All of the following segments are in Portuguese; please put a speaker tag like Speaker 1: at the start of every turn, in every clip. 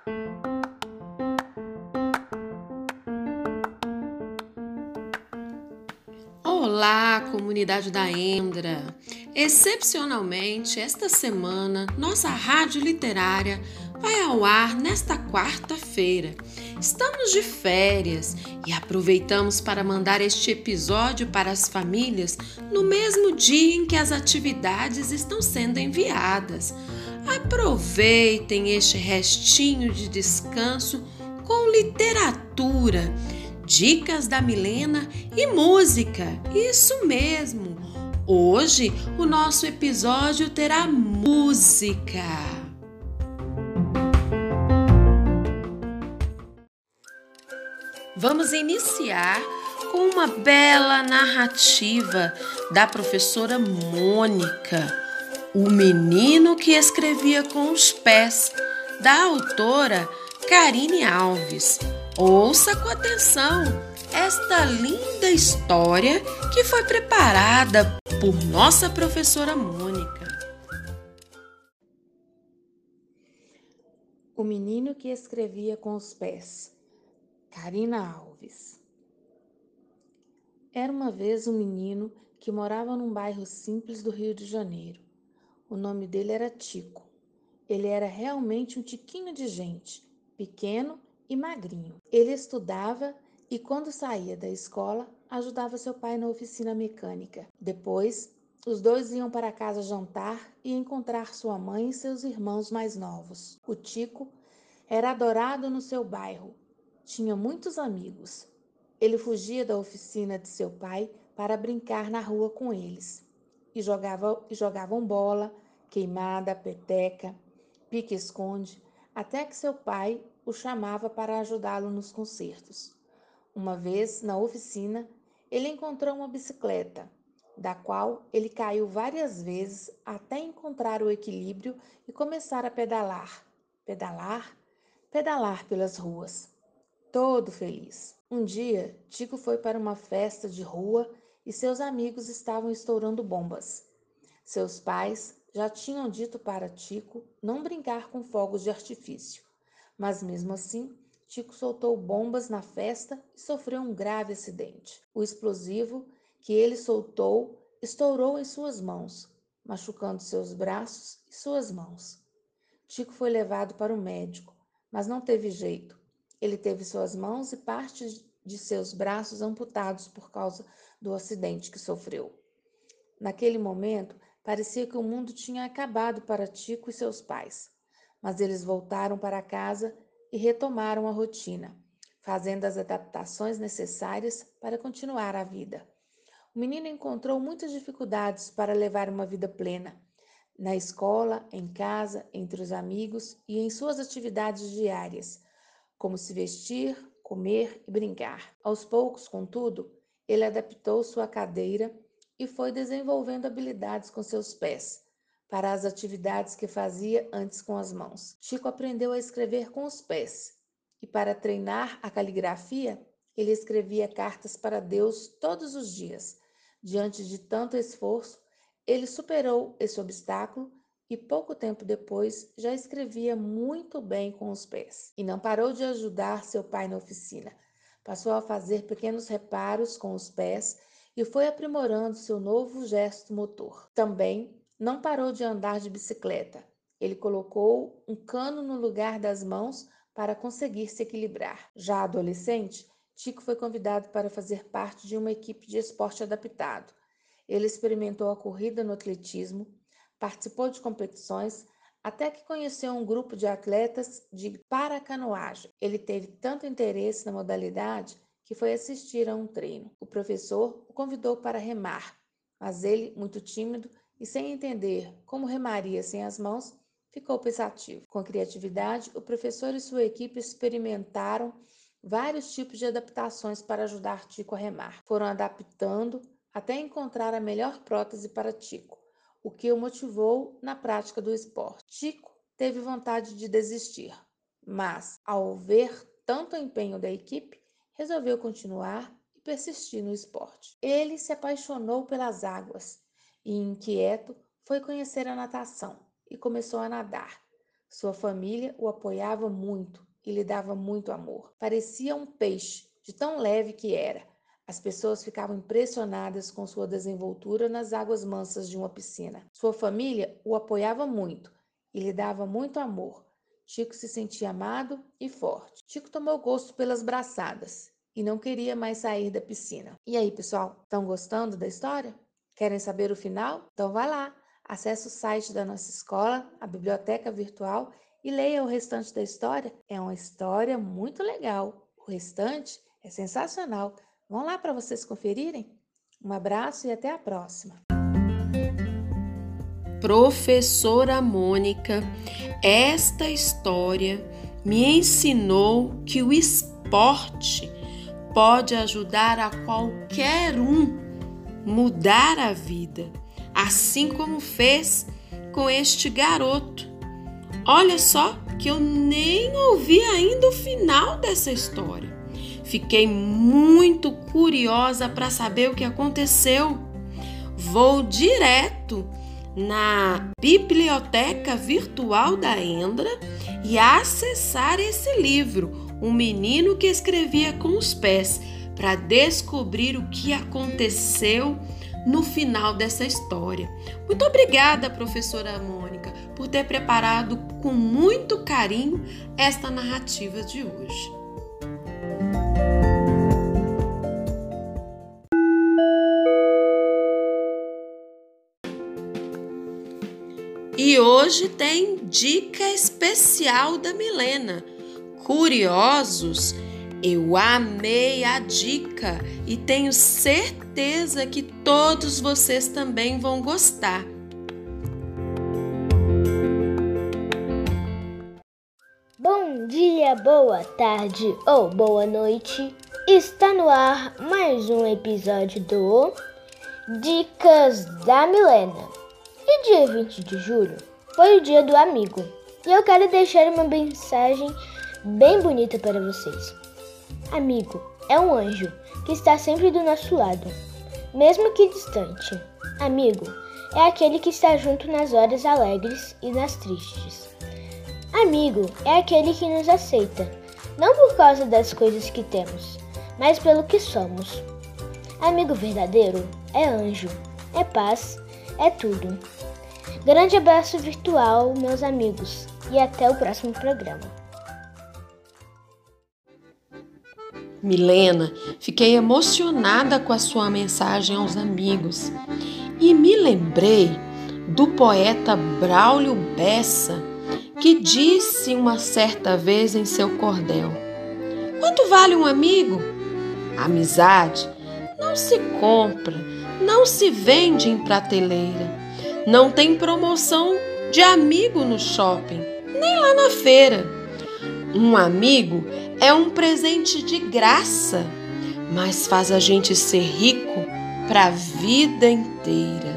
Speaker 1: Olá, comunidade da Endra! Excepcionalmente, esta semana, nossa rádio literária vai ao ar nesta quarta-feira. Estamos de férias e aproveitamos para mandar este episódio para as famílias no mesmo dia em que as atividades estão sendo enviadas. Aproveitem este restinho de descanso com literatura, dicas da Milena e música. Isso mesmo! Hoje o nosso episódio terá música. Vamos iniciar com uma bela narrativa da professora Mônica, O Menino que Escrevia com os Pés, da autora Karine Alves. Ouça com atenção esta linda história que foi preparada por nossa professora Mônica.
Speaker 2: O Menino que Escrevia com os Pés, Karine Alves. Era uma vez um menino que morava num bairro simples do Rio de Janeiro. O nome dele era Tico. Ele era realmente um tiquinho de gente, pequeno e magrinho. Ele estudava e, quando saía da escola, ajudava seu pai na oficina mecânica. Depois, os dois iam para casa jantar e encontrar sua mãe e seus irmãos mais novos. O Tico era adorado no seu bairro. Tinha muitos amigos. Ele fugia da oficina de seu pai para brincar na rua com eles. E jogavam bola, queimada, peteca, pique-esconde, até que seu pai o chamava para ajudá-lo nos concertos. Uma vez, na oficina, ele encontrou uma bicicleta, da qual ele caiu várias vezes até encontrar o equilíbrio e começar a pedalar, pedalar, pedalar pelas ruas, todo feliz. Um dia, Tico foi para uma festa de rua e seus amigos estavam estourando bombas. Seus pais já tinham dito para Tico não brincar com fogos de artifício, mas mesmo assim, Tico soltou bombas na festa e sofreu um grave acidente. O explosivo que ele soltou estourou em suas mãos, machucando seus braços e suas mãos. Tico foi levado para o médico, mas não teve jeito. Ele teve suas mãos e parte de seus braços amputados por causa do acidente que sofreu. Naquele momento, parecia que o mundo tinha acabado para Tico e seus pais, mas eles voltaram para casa e retomaram a rotina, fazendo as adaptações necessárias para continuar a vida. O menino encontrou muitas dificuldades para levar uma vida plena, na escola, em casa, entre os amigos e em suas atividades diárias, como se vestir, comer e brincar. Aos poucos, contudo, ele adaptou sua cadeira e foi desenvolvendo habilidades com seus pés para as atividades que fazia antes com as mãos. Chico aprendeu a escrever com os pés e, para treinar a caligrafia, ele escrevia cartas para Deus todos os dias. Diante de tanto esforço, ele superou esse obstáculo e pouco tempo depois já escrevia muito bem com os pés. E não parou de ajudar seu pai na oficina. Passou a fazer pequenos reparos com os pés e foi aprimorando seu novo gesto motor. Também não parou de andar de bicicleta. Ele colocou um cano no lugar das mãos para conseguir se equilibrar. Já adolescente, Tico foi convidado para fazer parte de uma equipe de esporte adaptado. Ele experimentou a corrida no atletismo, participou de competições, até que conheceu um grupo de atletas de paracanoagem. Ele teve tanto interesse na modalidade que foi assistir a um treino. O professor o convidou para remar, mas ele, muito tímido e sem entender como remaria sem as mãos, ficou pensativo. Com criatividade, o professor e sua equipe experimentaram vários tipos de adaptações para ajudar Tico a remar. Foram adaptando até encontrar a melhor prótese para Tico, o que o motivou na prática do esporte. Tico teve vontade de desistir, mas, ao ver tanto empenho da equipe, resolveu continuar e persistir no esporte. Ele se apaixonou pelas águas e, inquieto, foi conhecer a natação e começou a nadar. Sua família o apoiava muito e lhe dava muito amor. Parecia um peixe, de tão leve que era. As pessoas ficavam impressionadas com sua desenvoltura nas águas mansas de uma piscina. Sua família o apoiava muito e lhe dava muito amor. Chico se sentia amado e forte. Chico tomou gosto pelas braçadas e não queria mais sair da piscina. E aí, pessoal, estão gostando da história? Querem saber o final? Então vai lá, acesse o site da nossa escola, a biblioteca virtual, e leia o restante da história. É uma história muito legal. O restante é sensacional. Vão lá para vocês conferirem. Um abraço e até a próxima.
Speaker 1: Professora Mônica, esta história me ensinou que o esporte pode ajudar a qualquer um mudar a vida, assim como fez com este garoto. Olha só que eu nem ouvi ainda o final dessa história. Fiquei muito curiosa para saber o que aconteceu. Vou direto na biblioteca virtual da Endra e acessar esse livro, Um Menino que Escrevia com os Pés, para descobrir o que aconteceu no final dessa história. Muito obrigada, professora Mônica, por ter preparado com muito carinho esta narrativa de hoje. E hoje tem dica especial da Milena. Curiosos? Eu amei a dica e tenho certeza que todos vocês também vão gostar.
Speaker 3: Bom dia, boa tarde ou boa noite. Está no ar mais um episódio do Dicas da Milena. E dia 20 de julho foi o dia do amigo. E eu quero deixar uma mensagem bem bonita para vocês. Amigo é um anjo que está sempre do nosso lado, mesmo que distante. Amigo é aquele que está junto nas horas alegres e nas tristes. Amigo é aquele que nos aceita, não por causa das coisas que temos, mas pelo que somos. Amigo verdadeiro é anjo, é paz, é tudo. Grande abraço virtual, meus amigos, e até o próximo programa.
Speaker 1: Milena, fiquei emocionada com a sua mensagem aos amigos e me lembrei do poeta Braulio Bessa, que disse uma certa vez em seu cordel: quanto vale um amigo? A amizade não se compra, não se vende em prateleira, não tem promoção de amigo no shopping, nem lá na feira. Um amigo é um presente de graça, mas faz a gente ser rico para a vida inteira.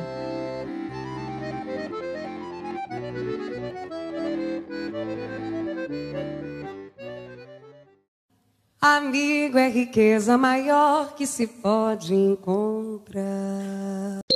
Speaker 4: Amigo é riqueza maior que se pode encontrar.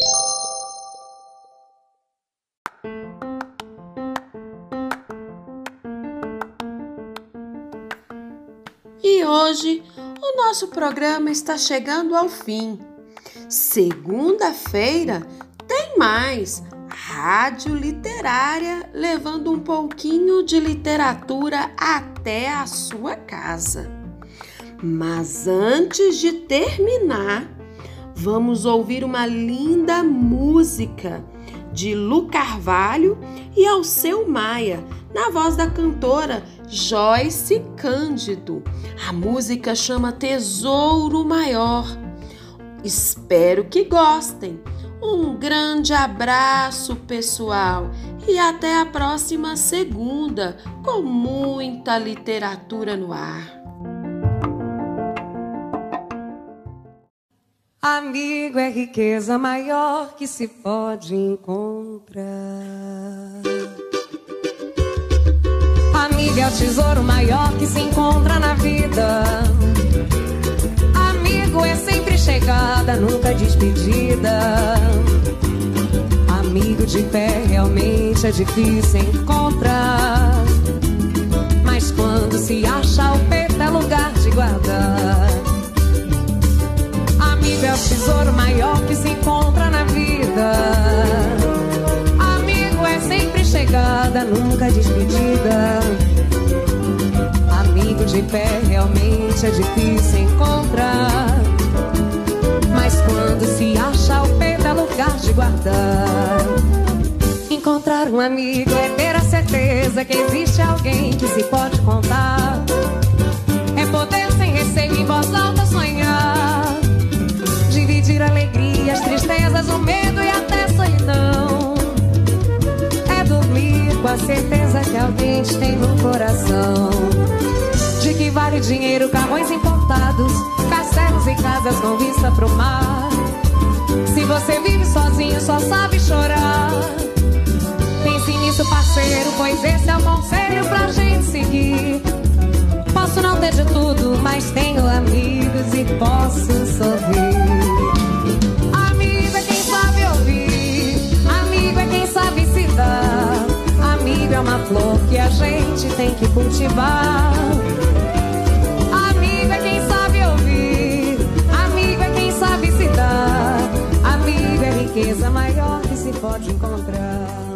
Speaker 1: E hoje o nosso programa está chegando ao fim. Segunda-feira tem mais Rádio Literária, levando um pouquinho de literatura até a sua casa. Mas antes de terminar, vamos ouvir uma linda música de Lu Carvalho e Alceu Maia, na voz da cantora Joyce Cândido. A música chama Tesouro Maior. Espero que gostem. Um grande abraço, pessoal, e até a próxima segunda com muita literatura no ar.
Speaker 4: Amigo é riqueza maior que se pode encontrar. Amigo é o tesouro maior que se encontra na vida. Amigo é sempre chegada, nunca despedida. Amigo de pé realmente é difícil encontrar, mas quando se acha, o peito é lugar de guardar. Amigo é o tesouro maior que se encontra na vida. Amigo é sempre chegada, nunca despedida. Amigo de pé realmente é difícil encontrar, mas quando se acha, o peito é lugar de guardar. Encontrar um amigo é ter a certeza que existe alguém que se pode contar. É poder sem receio em voz alta sonhar, dividir alegrias, tristezas, o medo e até solidão. É dormir com a certeza que alguém te tem no coração. De que vale dinheiro, carrões importados, castelos e casas com vista pro mar, se você vive sozinho, só sabe chorar. Pense nisso, parceiro, pois esse é o conselho pra gente seguir. Posso não ter de tudo, mas tenho amigos e posso sorrir. Amigo é quem sabe ouvir, amigo é quem sabe se dar. Amigo é uma flor que a gente tem que cultivar. Amigo é quem sabe ouvir, amigo é quem sabe se dar. Amigo é riqueza maior que se pode encontrar.